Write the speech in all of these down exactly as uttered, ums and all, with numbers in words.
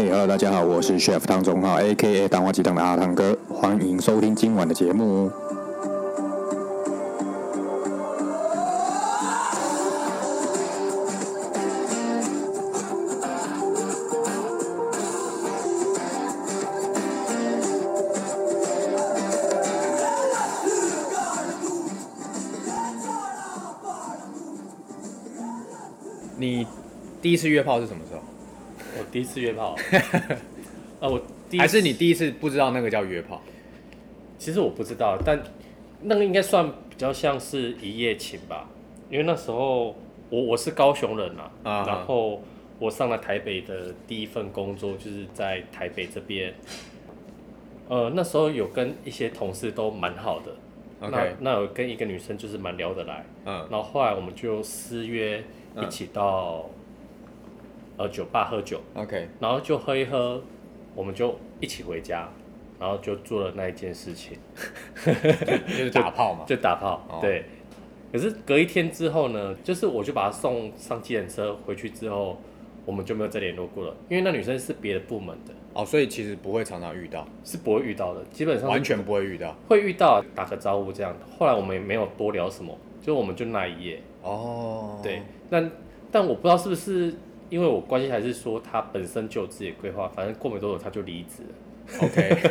Hello， 大家好，我是 Chef 汤中浩 ，A K A 蛋花鸡汤的阿汤哥，欢迎收听今晚的节目。 你第一次约炮是什么时候？ 我第一次约炮，啊，我第一还是你第一次不知道那个叫约炮？ 其实我不知道，但那个应该算比较像是一夜情吧，因为那时候我我是高雄人啊，啊然后我上了台北的第一份工作就是在台北这边，呃，那时候有跟一些同事都蛮好的。Okay. 那那有跟一个女生就是蛮聊得来，嗯，然后后来我们就私约一起到、嗯、呃酒吧喝酒 ，OK， 然后就喝一喝，我们就一起回家，然后就做了那一件事情， 就是打炮嘛， 就, 就打炮，哦、对。可是隔一天之后呢，就是我就把她送上计程车回去之后，我们就没有再联络过了，因为那女生是别的部门的。 哦，所以其实不会常常遇到， 是不会遇到的，基本上完全不会遇到， 会遇到打个招呼这样。后来我们也没有多聊什么，就我们就那一夜。 哦， 对，但但我不知道是不是因为我关系，还是说他本身就有自己的规划，反正过没多久他就离职了。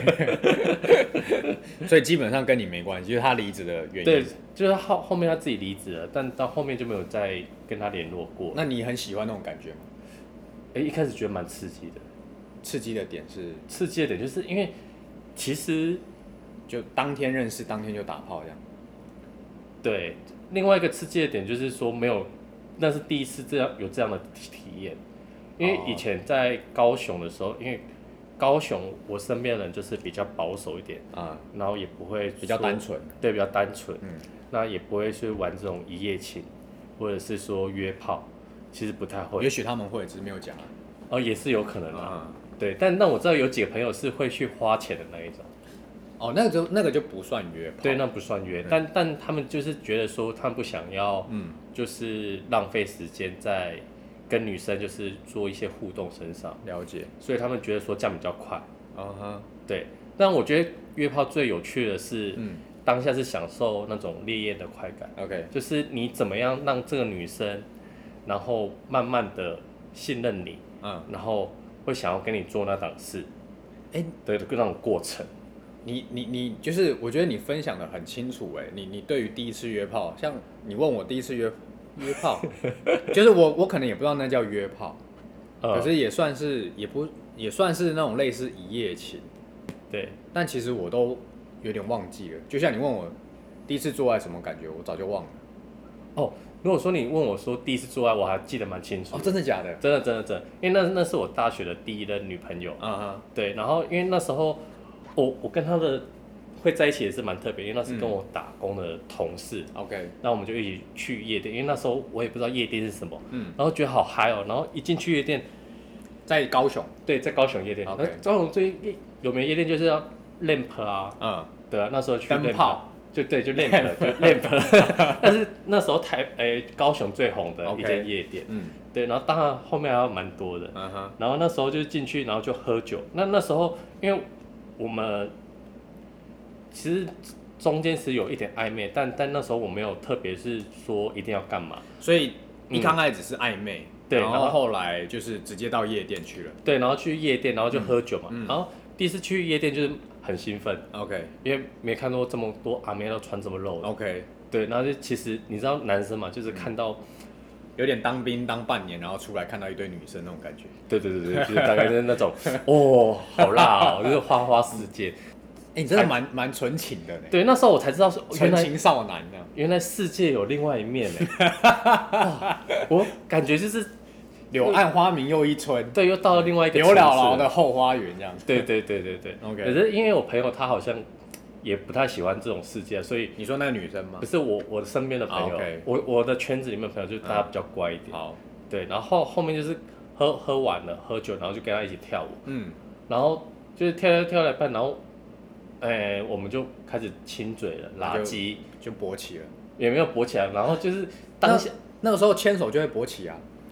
OK， 所以基本上跟你没关系，就是他离职的原因。 对，就是后后面他自己离职了，但到后面就没有再跟他联络过。 那你很喜欢那种感觉吗？ 哎，一开始觉得蛮刺激的。 刺激的点是， 刺激的点就是因为其实就当天认识，当天就打炮这样。 对，另外一个刺激的点就是说没有，那是第一次这样有这样的体验，因为以前在高雄的时候，因为高雄我身边的人就是比较保守一点啊、嗯，然后也不会比较单纯， 对，比较单纯，嗯，那也不会去玩这种一夜情，或者是说约炮，其实不太会。 也许他们会，只是没有讲。 哦，也是有可能啊。嗯对，但那我知道有几个朋友是会去花钱的那一种。 哦，那个就那个就不算约炮。 对，那不算约，嗯、但但他们就是觉得说，他们不想要，嗯，就是浪费时间在跟女生就是做一些互动身上。 了解。 所以他们觉得说这样比较快。 啊哈。 对，但我觉得约炮最有趣的是，嗯，当下是享受那种烈焰的快感。 OK。 就是你怎么样让这个女生，然后慢慢的信任你，嗯，然后会想要跟你做那档事，哎、欸，的那种过程， 你你你就是，我觉得你分享的很清楚、欸，哎，你你对于第一次约炮，像你问我第一次约约炮，就是我我可能也不知道那叫约炮，呃、可是也算是也不也算是那种类似一夜情， 对， 但其实我都有点忘记了，就像你问我第一次做爱什么感觉，我早就忘了， 哦。如果说你问我说第一次做爱，我还记得蛮清楚。 哦，真的假的？ 真的真的真的，因为那那是我大学的第一任女朋友。嗯哼。对，然后因为那时候我我跟她的会在一起也是蛮特别，因为那是跟我打工的同事。OK、嗯。那我们就一起去夜店，因为那时候我也不知道夜店是什么。嗯。然后觉得好嗨哦，然后一进去夜店， 在高雄。 对，在高雄夜店。OK。高雄最有名的夜店就是要 Lamp 啊。嗯。对啊，那时候去 Lamp。 就对，就 Lamp， 就 Lamp， 但是那时候台诶、欸、高雄最红的一间夜店， okay, 嗯，对，然后当然后面还有蛮多的，嗯哼，然后那时候就进去，然后就喝酒。那那时候因为我们其实中间是有一点暧昧，但但那时候我没有特别是说一定要干嘛， 所以一刚开始只是暧昧，嗯、对，然后后来就是直接到夜店去了， 对，然后去夜店，然后就喝酒嘛，嗯、然后第一次去夜店就是很兴奋 ，OK， 因为没看到这么多阿妹都穿这么露 ，OK， 对，然后就其实你知道男生嘛，就是看到、嗯、 有点当兵当半年，然后出来看到一堆女生那种感觉， 对对对对，就是大概就是那种哦，好辣哦，就是花花世界， 哎、欸，你真的蛮蛮纯情的呢。 对，那时候我才知道说， 纯情少男呢， 原来世界有另外一面呢。我感觉就是。 柳暗花明又一村， 对，又到了另外一个刘姥姥的后花园这样子。 对对对对对 ，OK。 可是因为我朋友他好像也不太喜欢这种世界，所以你说那个女生吗？ 不是我，我身边的朋友， okay. 我我的圈子里面的朋友就是大家比较乖一点。好、嗯，对，然后后面就是喝喝完了，喝酒，然后就跟他一起跳舞，嗯，然后就是跳跳跳了一半，然后，哎、欸，我们就开始亲嘴了，拉鸡就勃起了， 也没有勃起来，然后就是当下那, 那个时候牵手就会勃起啊。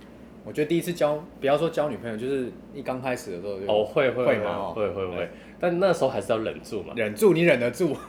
我觉得第一次交，不要说交女朋友，就是一刚开始的时候就哦，会会会嘛， 会会会，但那时候还是要忍住嘛， 忍住，你忍得住。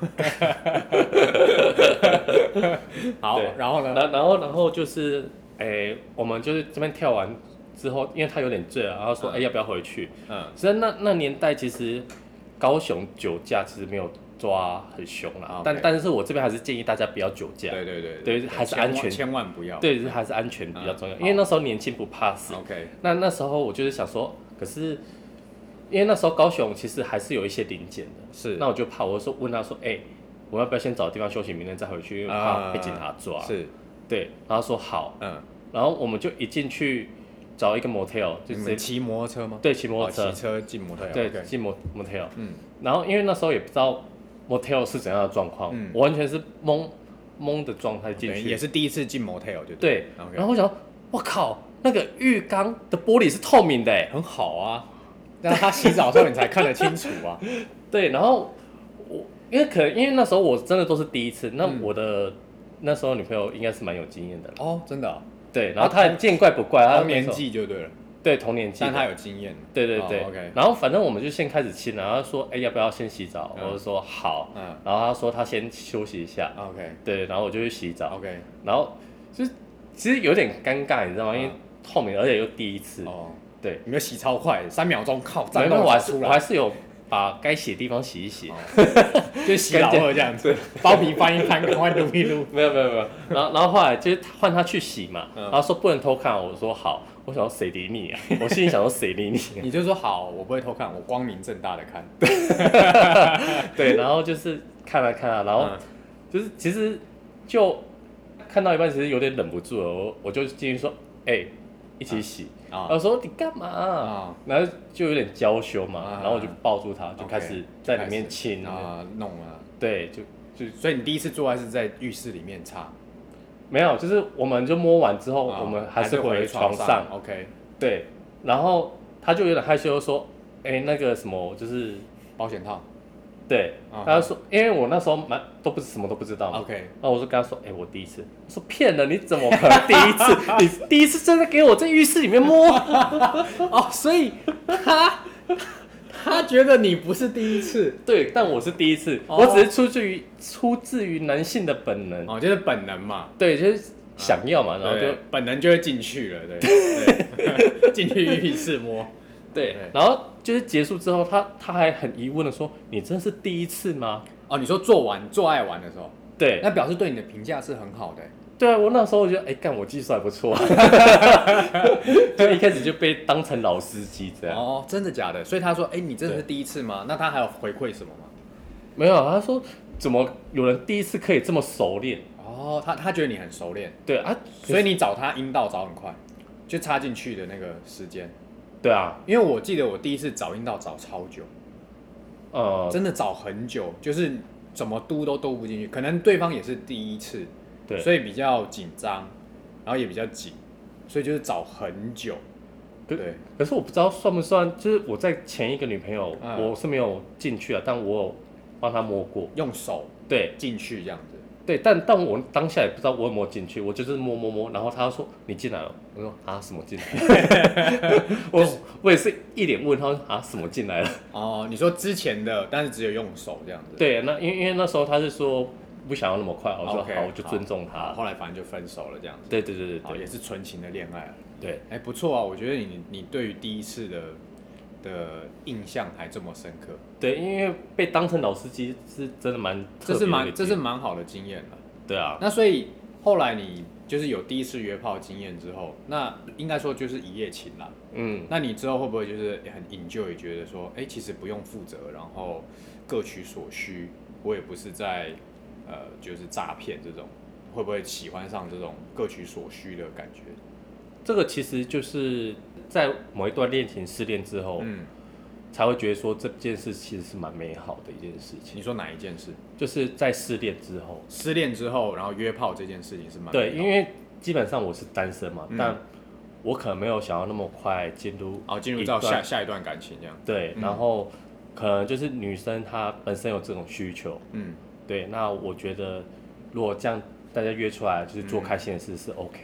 好，然后呢？ 然然后然后就是，哎，我们就是这边跳完之后，因为他有点醉了，然后说，哎、嗯，要不要回去？嗯，所以那那年代其实高雄酒驾其实没有抓很凶啦， okay, 但但是我这边还是建议大家不要酒驾， 对对对对，对还是安全， 千万不要， 对，还是安全比较重要，嗯、因为那时候年轻不怕死。 OK， 那那时候我就是想说，可是因为那时候高雄其实还是有一些零检的， 是， 那我就怕，我就说问他说，哎、欸，我要不要先找地方休息，明天再回去，因为怕被警察抓。 是， 对，然后说好，嗯，然后我们就一进去找一个 motel， 就直接骑摩托车吗？ 对，骑摩托车， 骑车进 motel， 对，进 motel， 嗯，然后因为那时候也不知道 motel 是怎样的状况，嗯，我完全是懵懵的状态进去， 也是第一次进 motel 就对，然后我想，我靠，那个浴缸的玻璃是透明的， 很好啊，让他洗澡的时候你才看得清楚啊， 对，然后我因为可能因为那时候我真的都是第一次，那我的、嗯、那时候女朋友应该是蛮有经验的哦，真的、啊。 对，然后他见怪不怪， 同年纪就对了， 对，同年纪， 但他有经验， 对对对、 哦 okay、 然后反正我们就先开始亲了，然后说，哎、欸，要不要先洗澡？嗯、我就说好，嗯，然后他说他先休息一下 ，OK， 对，然后我就去洗澡 ，OK， 然后就是其实有点尴尬，你知道吗？嗯、因为透明，而且又第一次，哦，对， 你们洗超快，三秒钟，靠， 没有，我还是我还是有把该洗的地方洗一洗，哦、 就洗老二这样子，包皮翻一翻，赶快撸一撸。 没有没有没有，然后然后后来就是换他去洗嘛，嗯、然后说不能偷看，我说好，我想说谁理你啊？我心里想说谁理你、啊？ 你就说好，我不会偷看，我光明正大的看。 对，然后就是看了看了，然后就是其实就看到一半，其实有点忍不住了，我我就进去说，哎、欸，一起洗。啊、我说你干嘛、啊？然后就有点娇羞嘛，啊、然后我就抱住他，就开始在里面亲啊，弄啊， 对，就就所以你第一次做爱是在浴室里面擦？ 没有，就是我们就摸完之后，啊、我们还是回床上。 上 OK， 对，然后他就有点害羞说，哎、欸，那个什么，就是保险套。 对，他就说，因为我那时候蛮都不是什么都不知道嘛 ，OK， 然后我就跟他说，哎、欸，我第一次，我说骗了，你怎么可能第一次？你第一次真的给我在浴室里面摸？ 哦，所以他他觉得你不是第一次， 对，但我是第一次，哦、我只是出自于出自于男性的本能， 哦，就是本能嘛， 对，就是想要嘛，啊、然后就本能就会进去了，对，进去浴室摸。 对，然后就是结束之后，他他还很疑问的说：“你真是第一次吗？” 哦，你说做完做爱完的时候， 对， 那表示对你的评价是很好的。 对啊，我那时候我觉得，哎，干我技术还不错，就一开始就被当成老司机这样。 哦，真的假的？所以他说：“哎，你真的是第一次吗？”那他还有回馈什么吗？ 没有，他说怎么有人第一次可以这么熟练？ 哦，他他觉得你很熟练。 对啊， 所以你找他阴道找很快，就插进去的那个时间。 对啊， 因为我记得我第一次找阴道找超久，呃，真的找很久，就是怎么嘟都嘟不进去。可能对方也是第一次， 对， 所以比较紧张，然后也比较紧，所以就是找很久。对， 可是我不知道算不算，就是我在前一个女朋友，嗯、我是没有进去啊，但我有帮她摸过， 用手对进去这样子。 对，但但我当下也不知道我有没有进去，我就是摸摸摸，然后他说你进来了，我说啊什么进来？我我也是一脸问号啊什么进来了？ 哦，你说之前的，但是只有用手这样子。 对，那因为因为那时候他是说不想要那么快，我说 okay, 好，我就尊重他。 后来反正就分手了这样子。 对对对对对， 也是纯情的恋爱了。 对， 哎不错啊，我觉得你你对于第一次的。的印象还这么深刻， 对，因为被当成老司机是真的蛮， 这是蛮这是蛮好的经验了。 对啊， 那所以后来你就是有第一次约炮经验之后，那应该说就是一夜情啦。嗯，那你之后会不会就是很 enjoy， 觉得说，哎、欸，其实不用负责，然后各取所需，我也不是在呃就是诈骗这种，会不会喜欢上这种各取所需的感觉？ 这个其实就是在某一段恋情失恋之后，嗯，才会觉得说这件事其实是蛮美好的一件事情。 你说哪一件事？ 就是在失恋之后， 失恋之后，然后约炮这件事情是蛮对，因为基本上我是单身嘛，嗯、但我可能没有想要那么快进入哦进入到下下一段感情这样。 对，嗯、然后可能就是女生她本身有这种需求，嗯，对，那我觉得如果这样大家约出来就是做开心的事是 OK 的。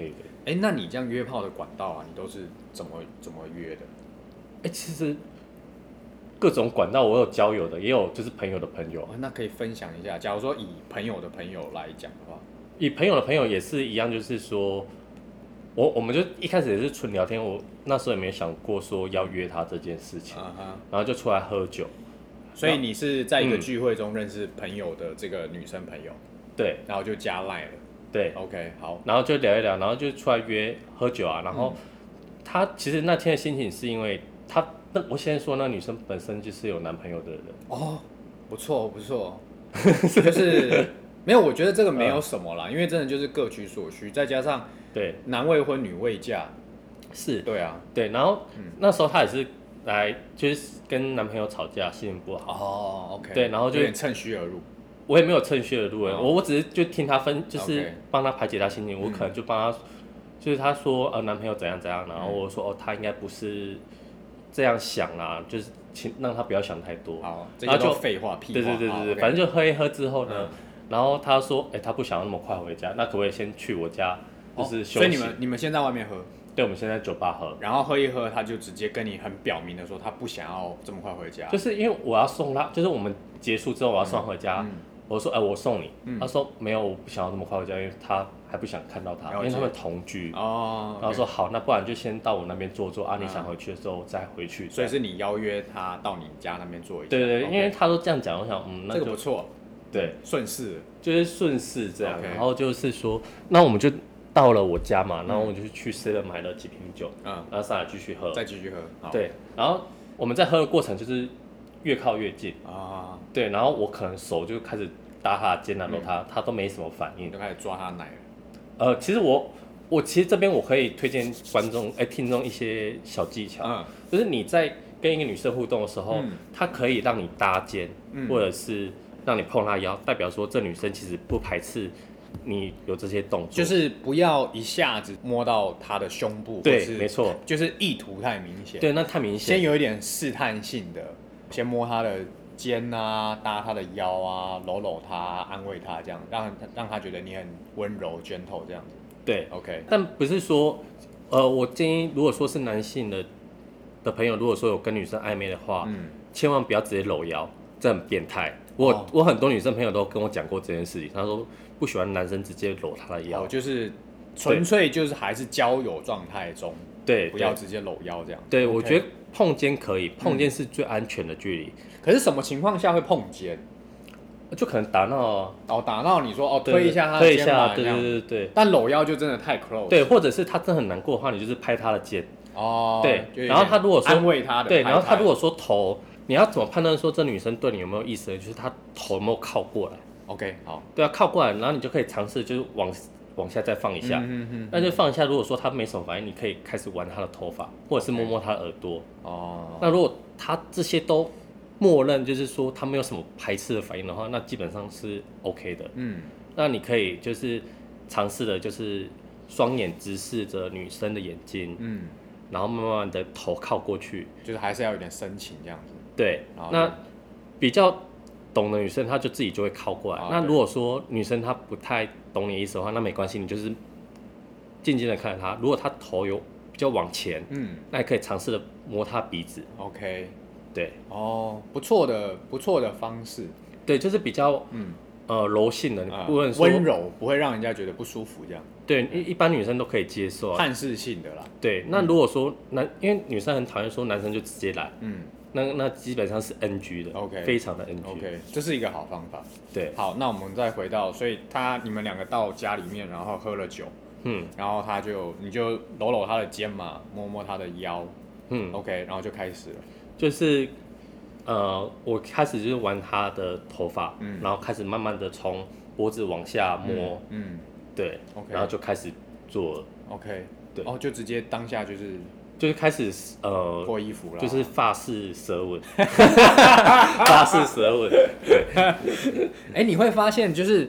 哎、欸，那你这样约炮的管道啊，你都是怎么怎么约的？ 哎、欸，其实各种管道我有交友的，也有就是朋友的朋友。 哦、那可以分享一下，假如说以朋友的朋友来讲的话， 以朋友的朋友也是一样，就是说，我我们就一开始也是纯聊天，我那时候也没有想过说要约他这件事情， uh-huh. 然后就出来喝酒。 所以你是在一个聚会中认识朋友的这个女生朋友， 对、 嗯，然后就加赖了。 对 ，OK， 好， 然后就聊一聊，然后就出来约喝酒啊。然后他其实那天的心情是因为他，那我先说那女生本身就是有男朋友的人。 哦，不错不错，就是没有，我觉得这个没有什么啦，嗯、因为真的就是各取所需，再加上对男未婚女未嫁， 是， 对啊， 对。然后、嗯、那时候他也是来就是跟男朋友吵架，心情不好。 哦 ，OK， 对，然后就有点趁虚而入。 我也没有趁虚而入、欸， oh. 我我只是就听他分，就是帮他排解他心情。Okay. 我可能就帮他，就是他说呃男朋友怎样怎样，然后我说哦他应该不是这样想啦，就是请让他不要想太多。 好，这些都废话屁话。 对对对对对， okay. 反正就喝一喝之后呢，嗯、然后他说哎、欸、他不想要那么快回家，那可不可以先去我家就是休息？ 哦、所以你们你们先在外面喝？ 对，我们现在酒吧喝， 然后喝一喝，他就直接跟你很表明的说他不想要这么快回家， 就是因为我要送他，就是我们结束之后我要送他回家。嗯嗯我说，哎、欸，我送你。嗯、他说没有，我不想要那么快回家，因为他还不想看到他，因为他们同居。哦。然后说好，那不然就先到我那边坐坐啊，你想回去的时候再回去。 所以是你邀约他到你家那边坐一下。 对对对， okay. 因为他都这样讲，我想，嗯，那这个不错。 对， 顺势， 就是顺势这样。 Okay. 然后就是说，那我们就到了我家嘛，然后我就去 seven 买了几瓶酒，嗯，然后上来继续喝， 再继续喝。好对，然后我们在喝的过程就是越靠越近啊，对，然后我可能手就开始搭他的肩啊，搂他，他都没什么反应， 就开始抓他奶了。 呃，其实我我其实这边我可以推荐观众哎、欸、听众一些小技巧，嗯，就是你在跟一个女生互动的时候，嗯、她可以让你搭肩，嗯、或者是让你碰她腰，代表说这女生其实不排斥你有这些动作， 就是不要一下子摸到她的胸部， 对，没错， 就是意图太明显， 对，那太明显， 先有一点试探性的，先摸她的肩啊，搭她的腰啊，搂搂她，安慰她，这样让让她觉得你很温柔 gentle 这样子。 对 ，OK。但不是说，呃，我建议如果说是男性的的朋友，如果说有跟女生暧昧的话，嗯，千万不要直接搂腰，这很变态。我、哦、我很多女生朋友都跟我讲过这件事情，她说不喜欢男生直接搂她的腰， 哦、就是纯粹就是还是交友状态中， 对， 不要直接搂腰这样。 对， okay. 我觉得碰肩可以，碰肩是最安全的距离。嗯、 可是什么情况下会碰肩？ 就可能打闹啊， 哦，打闹，你说哦，推一下他的肩膀， 对对对对。 但搂腰就真的太 close。 对，或者是他真的很难过的话，你就是拍他的肩。 哦。 对。然后他如果说安慰他的， 对，然后他如果说头，你要怎么判断说这女生对你有没有意思呢？就是她头有没有靠过来。 OK， 好。 对啊，靠过来，然后你就可以尝试就是往往下再放一下，嗯嗯那就放一下。如果说他没什么反应，你可以开始玩他的头发，或者是摸摸他的耳朵。哦。那如果他这些都默认就是说他没有什么排斥的反应的话，那基本上是 OK 的。嗯，那你可以就是尝试的，就是双眼直视着女生的眼睛，嗯，然后慢慢的头靠过去， 就是还是要有点深情这样子。 对，那比较懂的女生，她就自己就会靠过来。啊、那如果说女生她不太懂你的意思的话，那没关系，你就是静静的看着她。如果她头有比较往前，嗯，那也可以尝试的摸她鼻子。 OK。 对哦，不错的不错的方式， 对，就是比较嗯呃柔性的， 不能说温柔，不会让人家觉得不舒服这样。 对，一一般女生都可以接受、啊， 探视性的啦。 对，那如果说男，因为女生很讨厌说男生就直接来，嗯，那那基本上是 N G 的 ，OK， 非常的 N G，OK， 这是一个好方法。 对， 好，那我们再回到，所以他你们两个到家里面，然后喝了酒，嗯，然后他就你就搂搂他的肩嘛，摸摸他的腰，嗯 ，OK， 然后就开始了， 就是。呃，我开始就是玩他的头发，嗯，然后开始慢慢的从脖子往下摸，嗯，嗯对 ，OK， 然后就开始做了 ，OK， 对， 哦，就直接当下就是就是开始呃脱衣服了， 就是法式舌吻，法式舌吻，对， 哎、欸，你会发现就是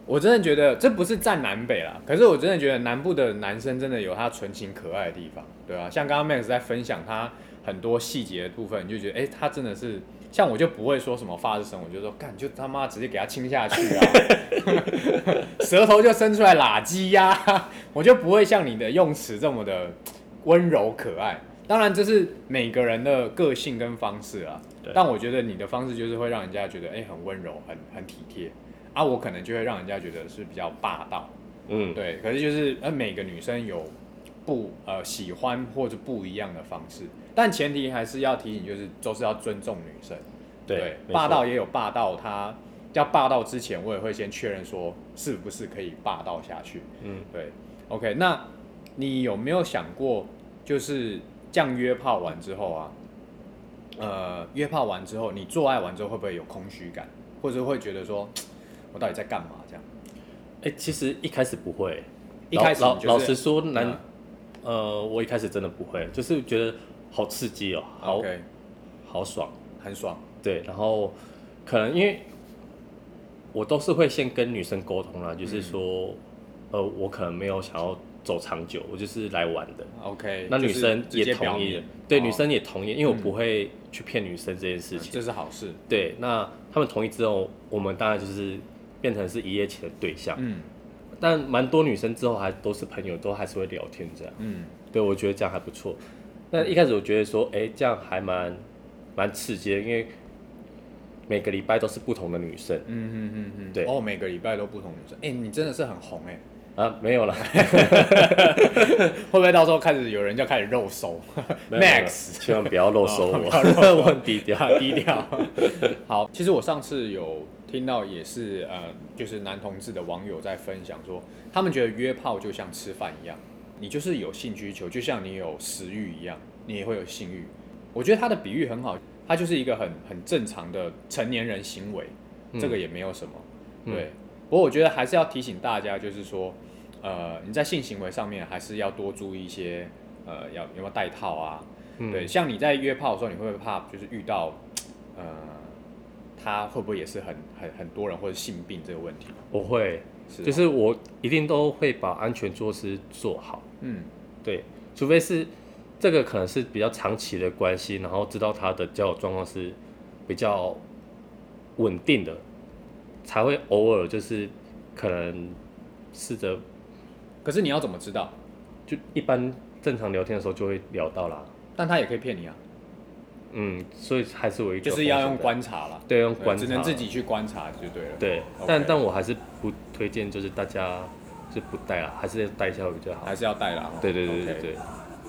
我真的觉得这不是站南北啦，可是我真的觉得南部的男生真的有他纯情可爱的地方，对啊，像刚刚 Max 在分享他很多细节的部分，你就觉得哎、欸，他真的是像我就不会说什么发式声，我就说干就他妈直接给他亲下去啊，舌头就伸出来喇鸡呀，我就不会像你的用词这么的温柔可爱。当然这是每个人的个性跟方式啊，但我觉得你的方式就是会让人家觉得哎、欸、很温柔，很很体贴。啊，我可能就会让人家觉得是比较霸道，嗯，对。可是就是呃，每个女生有不呃喜欢或者不一样的方式，但前提还是要提醒，就是都是要尊重女生。对，对霸道也有霸道，他要霸道之前，我也会先确认说是不是可以霸道下去。嗯，对。OK， 那你有没有想过，就是这样约炮完之后啊，呃，约炮完之后，你做爱完之后会不会有空虚感，或者会觉得说？我到底在干嘛？这样， 哎、欸，其实一开始不会， 一开始、就是、 老老实说男、嗯，呃，我一开始真的不会，就是觉得好刺激哦，好， okay, 好爽， 很爽， 对，然后可能因为我都是会先跟女生沟通啦，就是说，嗯、呃，我可能没有想要走长久，我就是来玩的 ，OK， 那女生也同意，对、哦，女生也同意，因为我不会去骗女生这件事情、 嗯，这是好事， 对，那他们同意之后，我们当然就是变成是一夜情的对象，嗯，但蛮多女生之后还都是朋友，都还是会聊天这样，嗯，对，我觉得这样还不错。那一开始我觉得说，哎、欸，这样还蛮蛮刺激的，因为每个礼拜都是不同的女生， 嗯嗯嗯嗯， 对， 哦，每个礼拜都不同女生，哎、欸，你真的是很红哎、 欸，啊，没有啦， 会不会到时候开始有人就开始肉搜 ？Max， 千万不要肉搜我， 哦、 我很低调， 低调。好，其实我上次有听到也是呃，就是男同志的网友在分享说，他们觉得约炮就像吃饭一样，你就是有性需求，就像你有食欲一样，你也会有性欲。我觉得他的比喻很好，他就是一个很很正常的成年人行为，嗯、这个也没有什么。对，嗯、不过我觉得还是要提醒大家，就是说，呃，你在性行为上面还是要多注意一些，呃，要有没有戴套啊？嗯、对，像你在约炮的时候，你会不会怕就是遇到，呃，他会不会也是很很很多人或者性病这个问题？ 我会，是就是我一定都会把安全措施做好。嗯，对，除非是这个可能是比较长期的关系，然后知道他的交友状况是比较稳定的，才会偶尔就是可能试着。 可是你要怎么知道？ 就一般正常聊天的时候就会聊到啦。 但他也可以骗你啊。 嗯，所以还是有一个就是要用观察啦， 对，用观察， 只能自己去观察就对了。 对， okay. 但但我还是不推荐，就是大家就不带啦，还是要带一下会比较好。 还是要带啦。 对对对对对。Okay.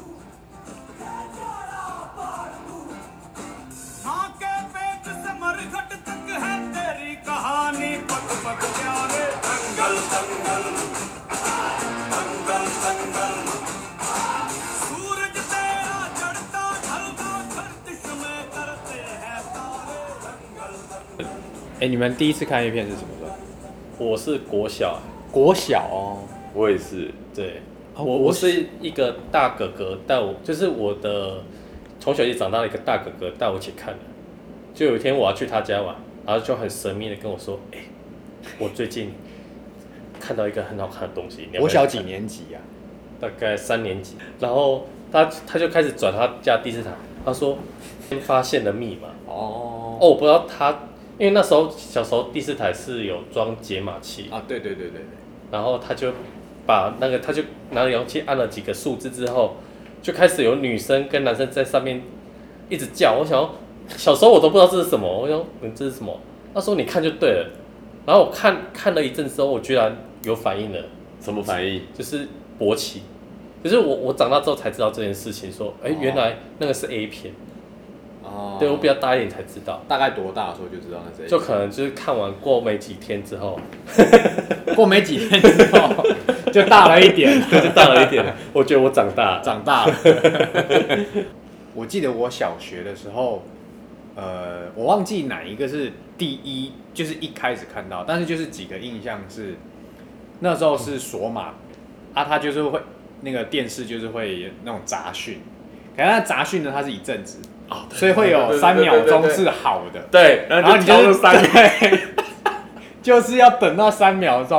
哎、欸，你们第一次看 A 片是什么时候？ 我是国小， 国小哦， 我也是，对，哦、我我是一个大哥哥带我，就是我的从小就长大的一个大哥哥带我一起看的。就有一天我要去他家玩，然后就很神秘的跟我说：“哎、欸，我最近看到一个很好看的东西。” 国小几年级啊？ 大概三年级。然后他他就开始转他家第四台，他说发现了密码。哦哦，我不知道他。因为那时候小时候第四台是有装解码器啊，对对对对， 然后他就把那个他就拿遥控器按了几个数字之后，就开始有女生跟男生在上面一直叫。我想小时候我都不知道这是什么，我想嗯这是什么？他说你看就对了。然后我看看了一阵之后，我居然有反应了。 什么反应？ 就是勃起。就是我我长大之后才知道这件事情，说哎、欸、原来那个是 A 片。哦，对我比较大一点才知道， 大概多大的时候就知道那是 A 片？ 就可能就是看完过没几天之后， 过没几天之后就大了一点， 对，就大了一点。我觉得我长大， 长大了。我记得我小学的时候，呃，我忘记哪一个是第一，就是一开始看到，但是就是几个印象是，那时候是索马、嗯、啊，他就是会那个电视就是会那种杂讯，可是他杂讯呢，它是一阵子。哦、所以会有三秒钟是好的， 对， 然后你就是三，对，就是要等到三秒钟，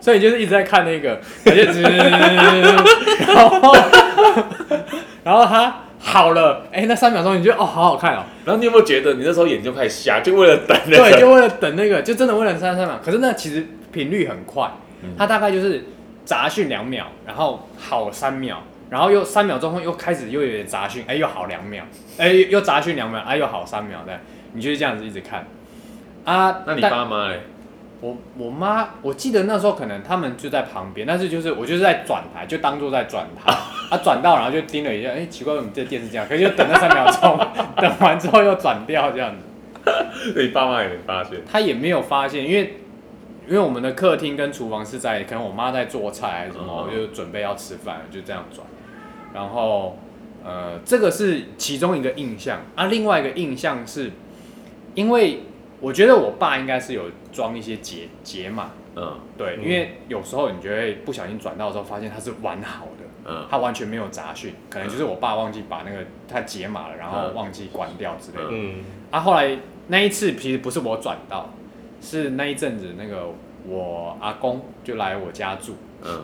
所以你就是一直在看那个，他就然后然后他好了，哎、欸，那三秒钟你觉得哦好好看哦， 然后你有没有觉得你那时候眼就开始瞎，就为了等那个？对，就为了等那个，就真的为了三三秒。可是那其实频率很快，它大概就是杂讯两秒，然后好三秒，然后又三秒钟后又开始又有点杂讯，哎、欸，又好两秒，哎、欸，又杂讯两秒，哎、啊，又好三秒，对，你就是这样子一直看啊。 那你爸妈嘞？ 我我妈，我记得那时候可能他们就在旁边，但是就是我就是在转台，就当做在转台，啊转到然后就盯了一下，哎、欸、奇怪，我们这电视这样，可是就等那三秒钟，等完之后又转掉这样子。 你爸妈也没发现？ 他也没有发现，因为因为我们的客厅跟厨房是在，可能我妈在做菜还是什么，我、嗯、就准备要吃饭，就这样转。然后呃，这个是其中一个印象啊，另外一个印象是，因为。我觉得我爸应该是有装一些解解码，嗯，对，因为有时候你就会不小心转到的时候，发现它是完好的，嗯，它完全没有杂讯，可能就是我爸忘记把那个它解码了，然后忘记关掉之类的，嗯，啊，后来那一次其实不是我转到，是那一阵子那个我阿公就来我家住，嗯，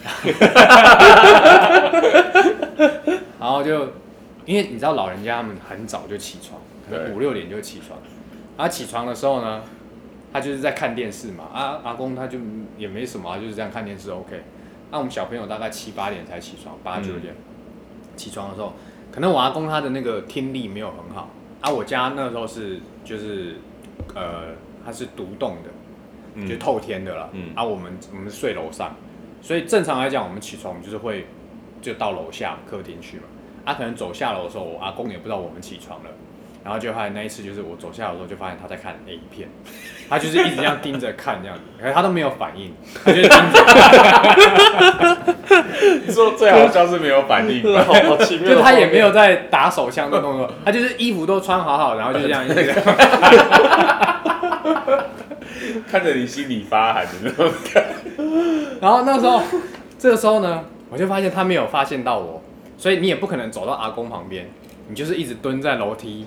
然后就因为你知道老人家他们很早就起床，可能五六点就起床。他、啊、起床的时候呢，他就是在看电视嘛。啊，阿公他就也没什么、啊，就是这样看电视 OK。那、啊、我们小朋友大概七八点才起床，八九点、嗯、起床的时候，可能我阿公他的那个听力没有很好。啊，我家那时候是就是呃，他是独栋的，嗯、就透天的了。嗯、啊，我们我们睡楼上，所以正常来讲，我们起床我们就是会就到楼下客厅去嘛。啊，可能走下楼的时候，我阿公也不知道我们起床了。然后就后来那一次，就是我走下楼的时候，就发现他在看 A 片，他就是一直这样盯着看这样子，可是他都没有反应，他就盯着看。 你说最好像是没有反应吧，好奇妙。 就他也没有在打手枪的动作，他就是衣服都穿好好，然后就这样一直看着你心里发寒的那种感觉。 然后那时候，这个时候呢，我就发现他没有发现到我，所以你也不可能走到阿公旁边。你就是一直蹲在楼梯，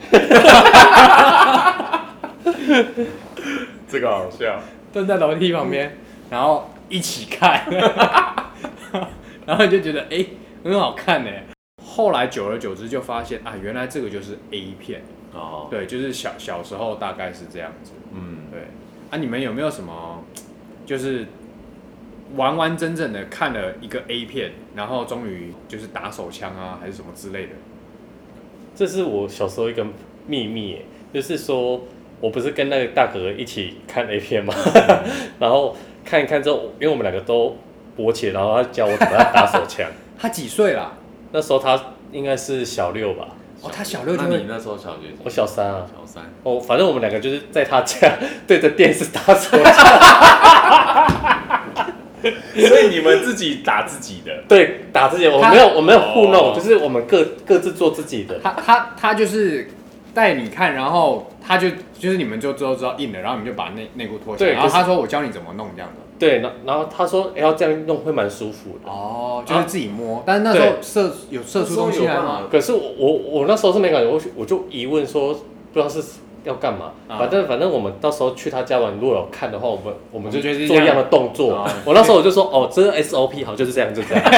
这个好笑。 蹲在楼梯旁边，然后一起看，然后你就觉得哎、欸、很好看呢。后来久而久之就发现啊，原来这个就是 A 片哦，对，就是小小时候大概是这样子。嗯，对。啊，你们有没有什么就是完完整整的看了一个 A 片，然后终于就是打手枪啊，还是什么之类的？ 这是我小时候一个秘密，就是说我不是跟那个大哥哥一起看 A 片吗？然后看一看之后，因为我们两个都勃起，然后他教我怎么样打手枪。 他几岁啦？ 那时候他应该是小六吧。 哦，他小六就会。那你那时候小学？ 我小三啊。 小三。 哦，反正我们两个就是在他家对着电视打手枪。 所以你们自己打自己的， 对，打自己的，我没有，我没有糊弄，就是我们各各自做自己的。 他他他就是带你看，然后他就就是你们就都知道硬了，然后你们就把内内裤脱下来，然后他说我教你怎么弄这样的。 对，然后他说要这样弄会蛮舒服的。 哦，就是自己摸，但是那时候射有射出东西来吗？ 可是我我我那时候是没感觉，我我就疑问说不知道是。要干嘛？反正反正我们到时候去他家玩，如果有看的话，我们我们就做一样的动作。我那时候我就说，哦，这是 S O P， 好，就是这样，就这样。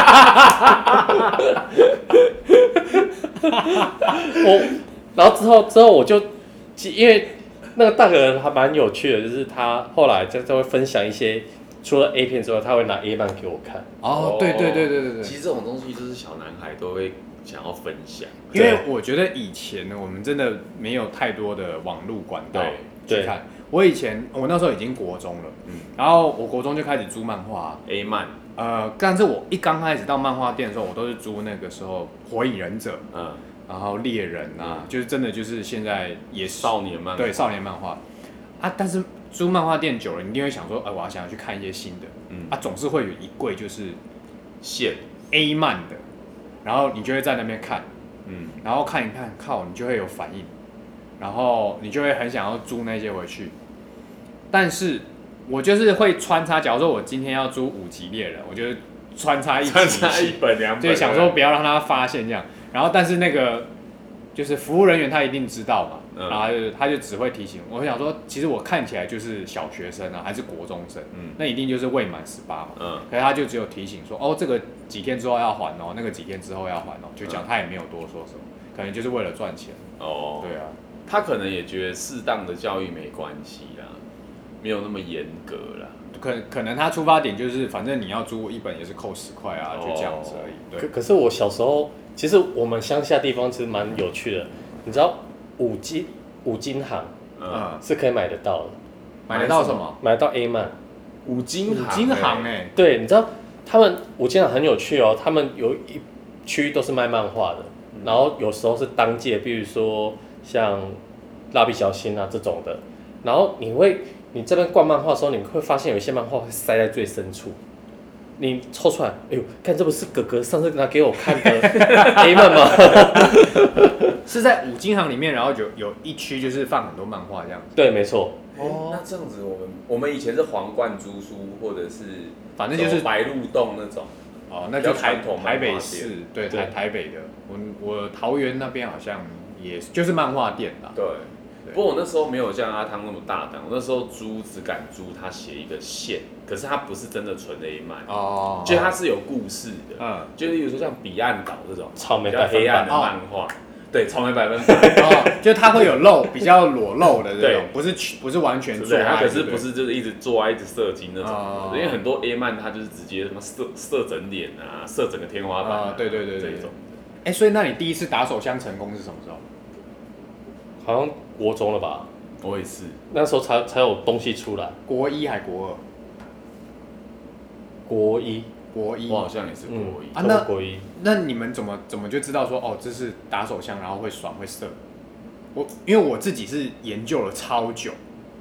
我，然后之后之后我就，因为那个大哥人还蛮有趣的，就是他后来就就会分享一些除了 A 片之外，他会拿 A 漫给我看。 哦，对对对对对对。 其实这种东西就是小男孩都会。想要分享， 因为我觉得以前呢，我们真的没有太多的网络管道去看。我以前我那时候已经国中了，嗯，然后我国中就开始租漫画 A 漫， 呃，但是我一刚开始到漫画店的时候，我都是租那个时候《火影忍者》，嗯，然后猎人啊，嗯、就是真的就是现在也少年漫画， 对少年漫画啊，但是租漫画店久了，你一定会想说，哎、呃，我要想要去看一些新的，嗯，啊，总是会有一柜就是现 A 漫的。然后你就会在那边看，嗯，然后看一看，靠，你就会有反应，然后你就会很想要租那些回去。但是我就是会穿插，假如说我今天要租五级猎人，我就穿插一集， 穿插一本两本， 就想说不要让他发现这样。然后但是那个就是服务人员他一定知道嘛， 嗯、 然后他就他就只会提醒我。我想说，其实我看起来就是小学生啊，还是国中生，嗯，那一定就是未满十八嘛，嗯，可是他就只有提醒说，哦，这个几天之后要还哦，那个几天之后要还哦，就讲他也没有多说什么，可能就是为了赚钱。哦，对啊， 他可能也觉得适当的教育没关系啦，没有那么严格啦。 可可能他出发点就是，反正你要租一本也是扣十块啊，就这样子而已。对。 可可是我小时候，其实我们乡下地方其实蛮有趣的，你知道五金五金行，嗯，是可以买得到的。 买得到什么？ 买得到 A 曼。 五金行。 五金行哎、欸。 对，你知道他们五金行很有趣哦，他们有一区都是卖漫画的，嗯、然后有时候是当届，比如说像蜡笔小新啊这种的，然后你会。你这边逛漫画的时候，你会发现有一些漫画会塞在最深处。你抽出来，哎呦，看这不是哥哥上次拿给我看的 A 漫吗？ 是在五金行里面，然后有有一区就是放很多漫画这样子。 对，没错。 哦，那这样子，我们我们以前是皇冠租书，或者是反正就是白鹿洞那种。 哦，那就台台北市，对台台北的。我我桃园那边好像也就是漫画店啦。 对。不过我那时候没有像阿汤那么大胆，我那时候租只敢租他写一个线，可是他不是真的纯的 A 漫哦，就他是有故事的，嗯，就例如说像彼岸岛这种草莓比较黑暗的漫画，对，草莓百分百， 哦，就他会有露，比较裸露的这种，不是不是完全做爱， 他可是不是就是一直做爱一直射精那种，因为很多 A 漫他就是直接什么射射整脸啊，射整个天花板啊， 对对对对这种。 哎，所以那你第一次打手枪成功是什么时候？ 好像国中了吧， 我也是， 那时候才才有东西出来。 国一还国二？ 国一， 国一， 我好像也是国一、 嗯、啊。那国一， 那你们怎么怎么就知道说哦，这是打手枪，然后会爽会射？我因为我自己是研究了超久。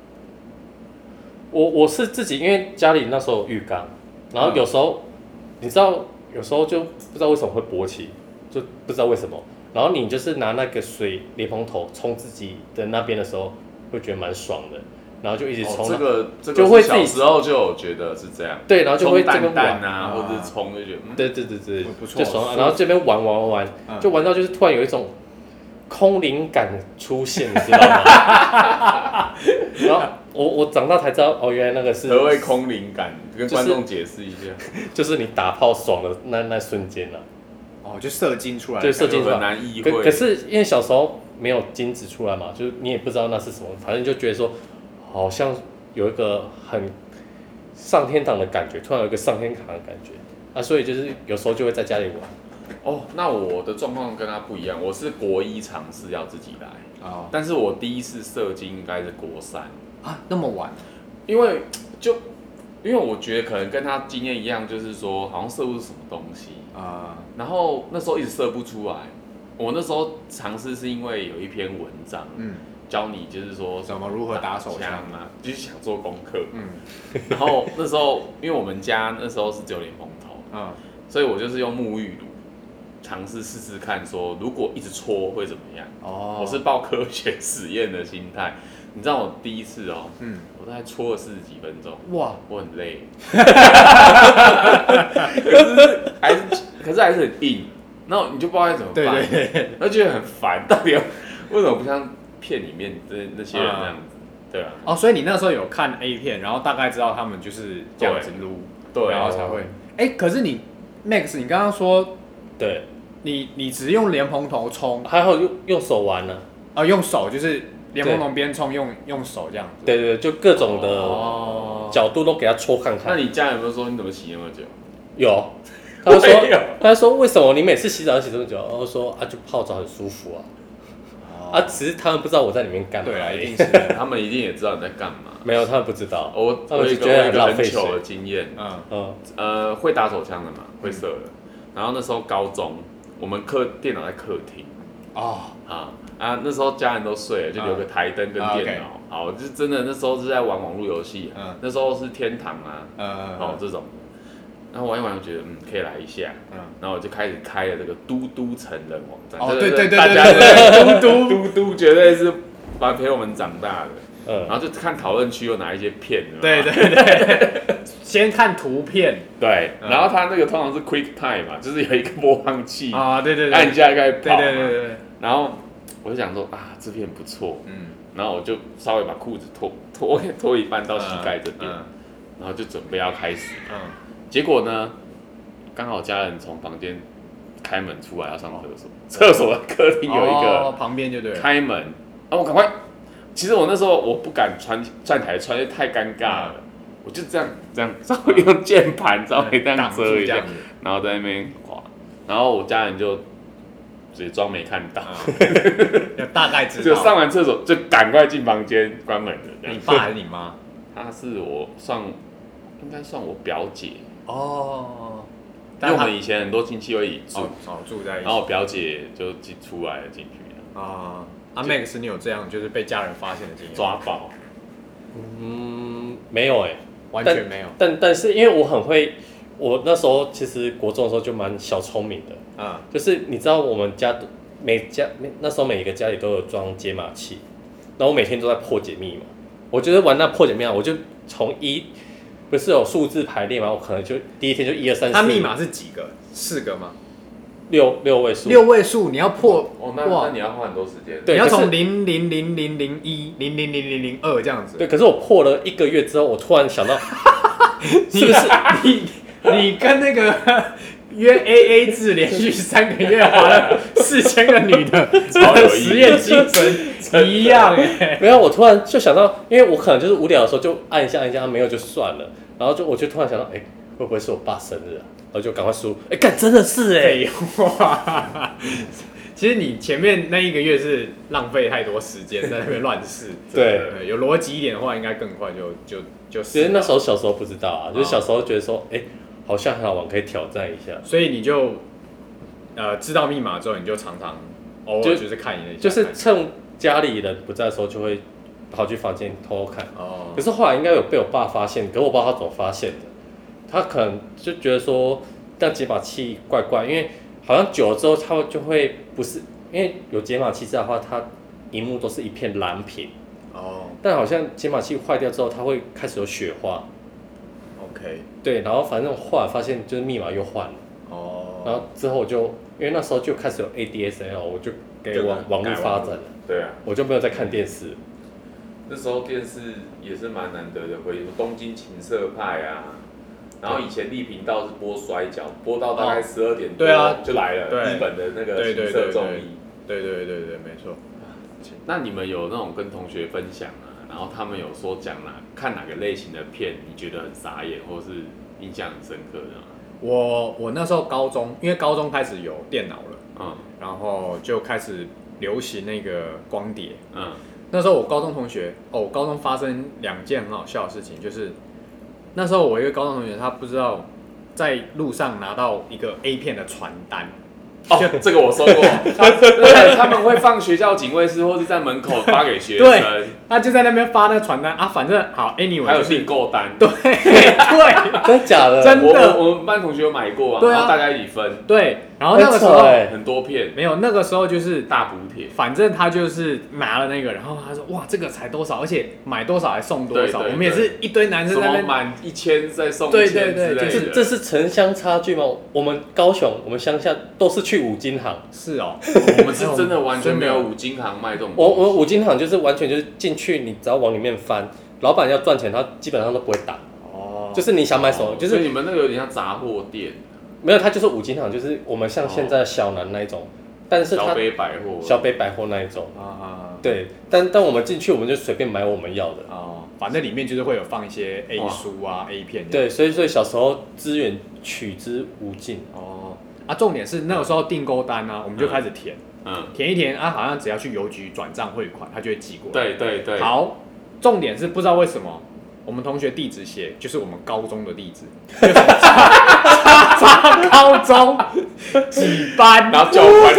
我我是自己，因为家里那时候有浴缸，然后有时候、嗯、你知道，有时候就不知道为什么会勃起，就不知道为什么。然后你就是拿那个水莲蓬头冲自己的那边的时候，会觉得蛮爽的，然后就一直冲、 哦。这个这个就会小时候就有觉得是这样， 对，然后就会这边玩啊，或者冲就觉得，嗯、 对对对对， 不错， 就爽。然后这边玩玩玩玩，嗯、就玩到就是突然有一种空灵感出现，你知道吗？然后我我长大才知道，哦，原来那个是何谓空灵感，跟观众解释一下， 就是、就是你打炮爽的那那瞬间啊。 哦，就射精出来， 对，射精出来很难意会。 可可是因为小时候没有精子出来嘛，就是你也不知道那是什么，反正就觉得说，好像有一个很上天堂的感觉，突然有一个上天堂的感觉啊，所以就是有时候就会在家里玩。 哦，那我的状况跟他不一样，我是国一尝试要自己来啊，哦、但是我第一次射精应该是国三啊，那么晚， 因为就因为我觉得可能跟他经验一样，就是说好像射不出什么东西。啊、uh, ，然后那时候一直射不出来。我那时候尝试是因为有一篇文章，嗯，教你就是说怎么如何打手枪啊，就是想做功课，嗯。然后那时候因为我们家那时候是只有莲蓬头，嗯，所以我就是用沐浴乳尝试试试看，说如果一直搓会怎么样。哦，我是抱科学实验的心态。你知道我第一次哦，嗯，我大概搓了四十几分钟，哇，我很累，可是还是可是还是很硬，然后你就不知道该怎么办， 对对对， 然后觉得很烦，到底为什么不像片里面的那些人那样子，对啊， 哦，所以你那时候有看 A 片，然后大概知道他们就是这样子撸，对，然后才会，哎、欸，可是你 Max， 你刚刚说， 对， 你你只用莲蓬头冲， 还好用用手玩呢、 啊，哦，用手就是。莲蓬头边冲用用手这样子， 对对对，就各种的角度都给他搓看看。 那你家有没有说你怎么洗那么久？ 有，他就说他说为什么你每次洗澡洗这么久？然后说啊就泡澡很舒服啊，哦、啊只是他们不知道我在里面干嘛。 对啊，一定是他们一定也知道你在干嘛。 没有，他们不知道。 我他们就觉得很浪费水。 很糗的经验，嗯嗯呃会打手枪的嘛，会射的。然后那时候高中，我们客电脑在客厅。哦啊啊！那时候家人都睡了，就留个台灯跟电脑。Uh, okay. 好，就真的那时候是在玩网络游戏、啊，uh, 那时候是天堂啊，哦、uh, uh, uh, 这种。然后玩一玩，就觉得嗯可以来一下，嗯，然后我就开始开了这个嘟嘟成人网站。 哦，对对对大家嘟嘟嘟嘟绝对是蛮陪我们长大的。嗯，然后就看讨论区有哪一些片。 对对对，先看图片。 对，嗯、然后它那个通常是 Quick Time 嘛，就是有一个播放器啊，对对对， 按一下该跑嘛。 对对对对。 然后我就想说啊，这片不错，嗯，然后我就稍微把裤子脱脱脱一半到膝盖这边，嗯嗯、然后就准备要开始，嗯，结果呢，刚好家人从房间开门出来要上厕所，厕所的客厅有一个、 哦、旁边就对了， 开门，啊，我赶快，其实我那时候我不敢穿站台穿，因为太尴尬了，嗯、我就这样这样稍微用键盘稍微这样遮一下，然后在那边滑，然后我家人就。直接装没看到， 嗯、大概知道。 就上完厕所就赶快进房间关门的。 你爸还是你妈？ 她是我算，应该算我表姐。 哦。 因为我们以前很多亲戚会一起住， 哦，住在一起。 然后我表姐就进出来了进去了。 啊，阿 Max， 你有这样就是被家人发现的经验？ 抓包？ 嗯，没有哎、欸， 完全没有。 但 但, 但是因为我很会。我那时候其实国中的时候就蛮小聪明的，啊，就是你知道我们家每家那时候每一个家里都有装解码器，然后我每天都在破解密码。我觉得玩那破解密码，我就从一不是有数字排列嘛，我可能就第一天就一二三四。 它密码是几个？四个吗？ 六六位数。 六位数你要破哦，那那你要花很多时间。 对，你要从零零零零零一零零零零零二这样子。 对，可是我破了一个月之后，我突然想到，是不是你？你跟那个约 A A 制连续三个月花了四千个女的实验精神一样哎， 没有，我突然就想到，因为我可能就是无聊的时候就按一下按一下，没有就算了，然后就我就突然想到，哎、欸，会不会是我爸生日啊？然后就赶快输，哎、欸，干真的是哎、欸， 哇！其实你前面那一个月是浪费太多时间在那边乱试， 对， 有逻辑一点的话，应该更快就就就。 其实那时候小时候不知道啊，就是小时候觉得说，哎、欸。好像很好玩，可以挑战一下。 所以你就呃知道密码之后，你就常常偶尔就是看一下， 就是趁家里人不在的时候，就会跑去房间偷偷看。哦。可是后来应该有被我爸发现，可是我不知道他怎么发现的。他可能就觉得说，这解码器怪怪，因为好像久了之后，他就会不是因为有解码器在的话，它萤幕都是一片蓝屏。哦。但好像解码器坏掉之后，它会开始有雪花。 OK， 对，然后反正后来发现就是密码又换了，哦，然后之后我就因为那时候就开始有 A D S L， 我就给网网络发展了， 对啊， 我就没有再看电视。 那时候电视也是蛮难得的回忆，东京情色派啊，然后以前立频道是播摔跤，播到大概十二点多，对啊，就来了日本的那个情色综艺， 对对对对，没错。 那你们有那种跟同学分享啊？然后他们有说讲哪看哪个类型的片，你觉得很傻眼，或是印象很深刻的吗？ 我我那时候高中，因为高中开始有电脑了，嗯，然后就开始流行那个光碟，嗯，那时候我高中同学，哦，我高中发生两件很好笑的事情，就是那时候我一个高中同学，他不知道在路上拿到一个 A 片的传单。 哦，这个我收过。对，他们会放学校警卫室，或是在门口发给学生。 对，他就在那边发那个传单啊，反正好 ，anyway， 还有订购单。 对对， 真假的？ 真的， 我我们班同学有买过啊，然后大家一起分。 对，然后那个时候很多片， 没有那个时候就是大补贴， 反正他就是拿了那个，然后他说哇，这个才多少，而且买多少还送多少。我们也是一堆男生在那边满一千再送一千之类的。 这这是城乡差距吗？我们高雄，我们乡下都是去五金行。 是哦， 我们是真的完全没有五金行卖这种。 我我五金行就是完全就是进去，你只要往里面翻，老板要赚钱，他基本上都不会打。哦，就是你想买什么，就是所以你们那个有点像杂货店。 没有，它就是五金行，就是我们像现在小南那一种，但是它小北百货， 小北百货那一种。啊啊，对，但但我们进去，我们就随便买我们要的。 哦，反正里面就是会有放一些 A 书啊、A 片。 对，所以所以小时候资源取之无尽。 哦。啊，重点是那个时候订购单啊，我们就开始填，嗯，填一填啊，好像只要去邮局转账汇款，他就会寄过来。 对对对。 好，重点是不知道为什么我们同学地址写就是我们高中的地址，就是叉叉高中几班， 然后教官。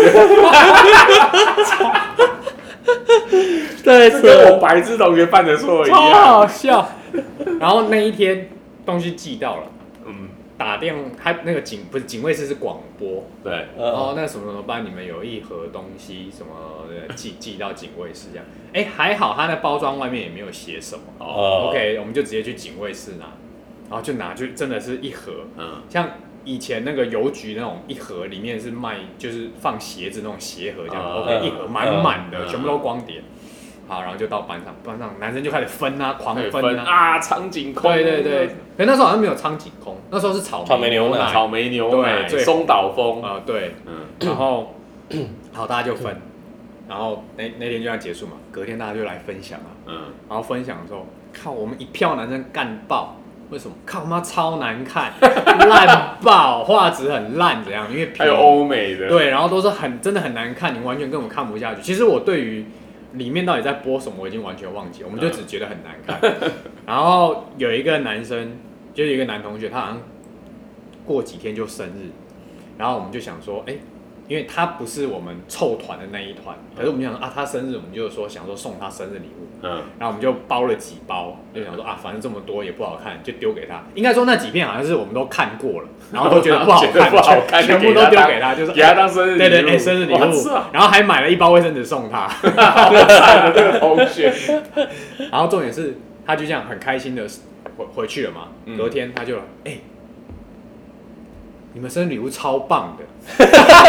对， 这跟我白痴同学犯的错一样， 超好笑。然后那一天东西寄到了，嗯。打电话，他那个警不是警卫室是广播， 对， 然后那什么什么班，你们有一盒东西什么寄寄到警卫室这样，哎、欸、还好他的包装外面也没有写什么，哦 ，OK， 我们就直接去警卫室拿，然后就拿就真的是一盒，嗯，像以前那个邮局那种一盒里面是卖就是放鞋子那种鞋盒这样、 嗯、 ，OK， 一盒满满的、 嗯， 全部都光碟。好，然后就到班上，班上男生就开始分啊，狂分啊， 啊，苍井空， 对对对，可那时候好像没有苍井空，那时候是草草莓牛奶， 草莓牛奶，松岛枫啊、呃，对，嗯，然后好大家就分，然后那那天就这样结束嘛，隔天大家就来分享啊，嗯，然后分享的时候，靠我们一票男生干爆，为什么？靠妈超难看，烂爆，画质很烂，怎样？因为还有欧美的， 对，然后都是很真的很难看，你完全根本看不下去。其实我对于里面到底在播什么，我已经完全忘记，我们就只觉得很难看。然后有一个男生，就是有一个男同学，他好像过几天就生日，然后我们就想说，哎、欸，因为他不是我们凑团的那一团，可是我们就想说啊，他生日，我们就说想说送他生日礼物，嗯，然后我们就包了几包，就想说啊，反正这么多也不好看，就丢给他。应该说那几片好像是我们都看过了，然后都觉得不好看， 不好看全部都丢给他，就是给他当生日礼物， 对对对、欸，生日礼物，然后还买了一包卫生纸送他， 好惨的这个同学。 然后重点是，他就这样很开心的回回去了嘛，隔天他就哎。欸你们生日礼物超棒的，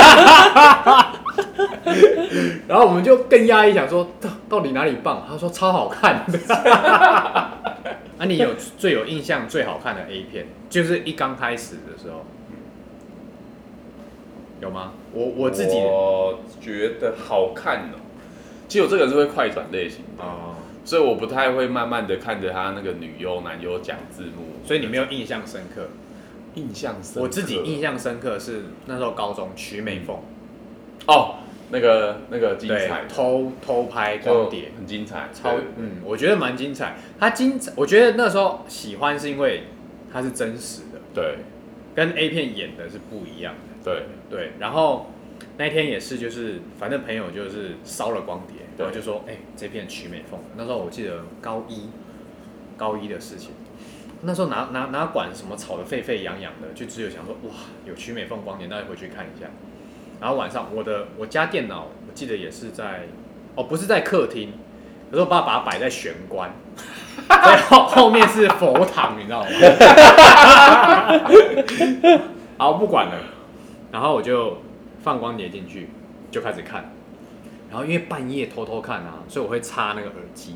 然后我们就更压抑，想说到到底哪里棒？他说超好看的。啊，你有最有印象最好看的 A 片，就是一刚开始的时候，有吗？我我自己我觉得好看哦。其实我这个人是会快转类型的，哦、所以我不太会慢慢的看着他那个女优男优讲字幕， 所以你没有印象深刻。 印象深刻， 我自己印象深刻是那时候高中曲美凤， 哦，那个那个精彩， 偷偷拍光碟， 很精彩， 超嗯，我觉得蛮精彩。它精彩，我觉得那时候喜欢是因为它是真实的， 对， 跟 A 片演的是不一样的， 对对。然后那天也是，就是反正朋友就是烧了光碟，然后就说，哎、欸，这片曲美凤，那时候我记得高一高一的事情。那时候拿拿拿管什么炒得沸沸扬扬的，就只有想说哇，有曲美凤光碟，那就回去看一下。然后晚上我的我家电脑，我记得也是在哦，不是在客厅，可是我爸把它摆在玄关，所以后后面是佛堂，你知道吗？好，不管了，然后我就放光碟进去，就开始看。然后因为半夜偷偷看啊，所以我会插那个耳机。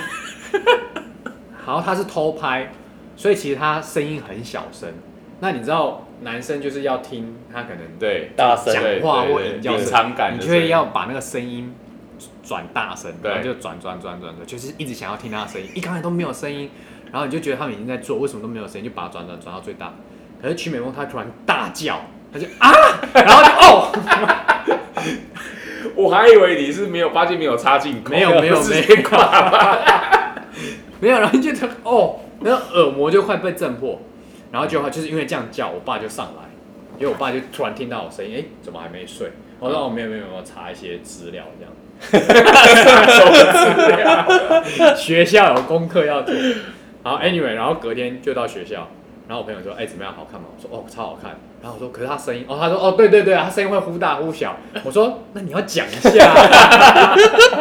然后他是偷拍。所以其实他声音很小声，那你知道男生就是要听他可能对大声讲话或引叫声， 你就会要把那个声音转大声，然后就转转转转转，就是一直想要听他的声音。一刚才都没有声音，然后你就觉得他们已经在做，为什么都没有声音，就把它转转转到最大。可是曲美凤她突然大叫，她就啊，然后就哦， 我还以为你是没有发现没有插进口， 没有没有没有，没有，然后就觉得哦。那耳膜就快被震破，然后就就是因为这样叫，我爸就上来，因为我爸就突然听到我声音，哎、欸，怎么还没睡？我说哦，没有没有没有，查一些资料这样。什么资料？学校有功课要做。好 ，anyway， 然后隔天就到学校，然后我朋友说，哎、欸，怎么样，好看吗？我说哦，超好看。然后我说，可是他声音，哦，他说哦，对对对，他声音会忽大忽小。我说，那你要讲一下。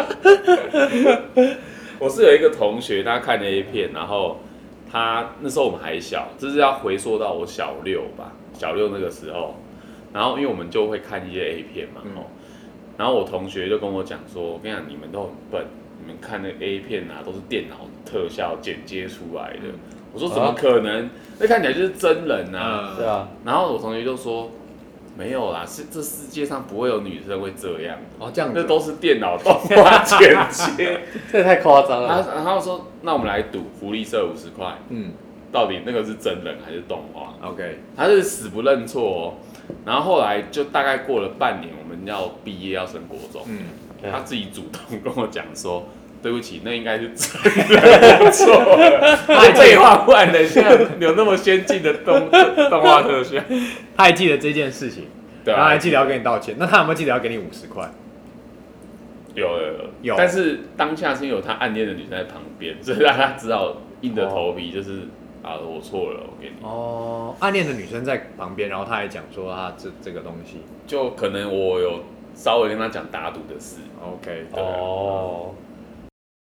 我是有一个同学，他看了 A 片，然后。他那时候我们还小，这是要回溯到我小六吧，小六那个时候，然后因为我们就会看一些 A 片嘛，嗯、然后我同学就跟我讲说，我跟你讲，你们都很笨，你们看那个 A 片啊，都是电脑特效剪接出来的。嗯、我说怎么可能？那、啊、看起来就是真人啊， 对啊。 然后我同学就说。没有啦，是这世界上不会有女生会这样哦，这样子， 那都是电脑动画剪接， 这也太夸张了。 然后说，那我们来赌，福利社五十块，嗯，到底那个是真人还是动画 ？OK， 他是死不认错哦。然后后来就大概过了半年，我们要毕业要升国中，嗯，他自己主动跟我讲说。对不起，那应该是真的，我错了。太废话不然，人现在有那么先进的动动画特效， 他还记得这件事情，对、啊，然后还记得要跟你道歉。那他有没有记得要给你五十块？ 有有有，但是当下是有他暗恋的女生在旁边，所以让他只好硬着头皮，就是、哦、啊，我错了，我给你。 哦，暗恋的女生在旁边，然后他还讲说他这这个东西， 就可能我有稍微跟他讲打赌的事。 OK， 哦。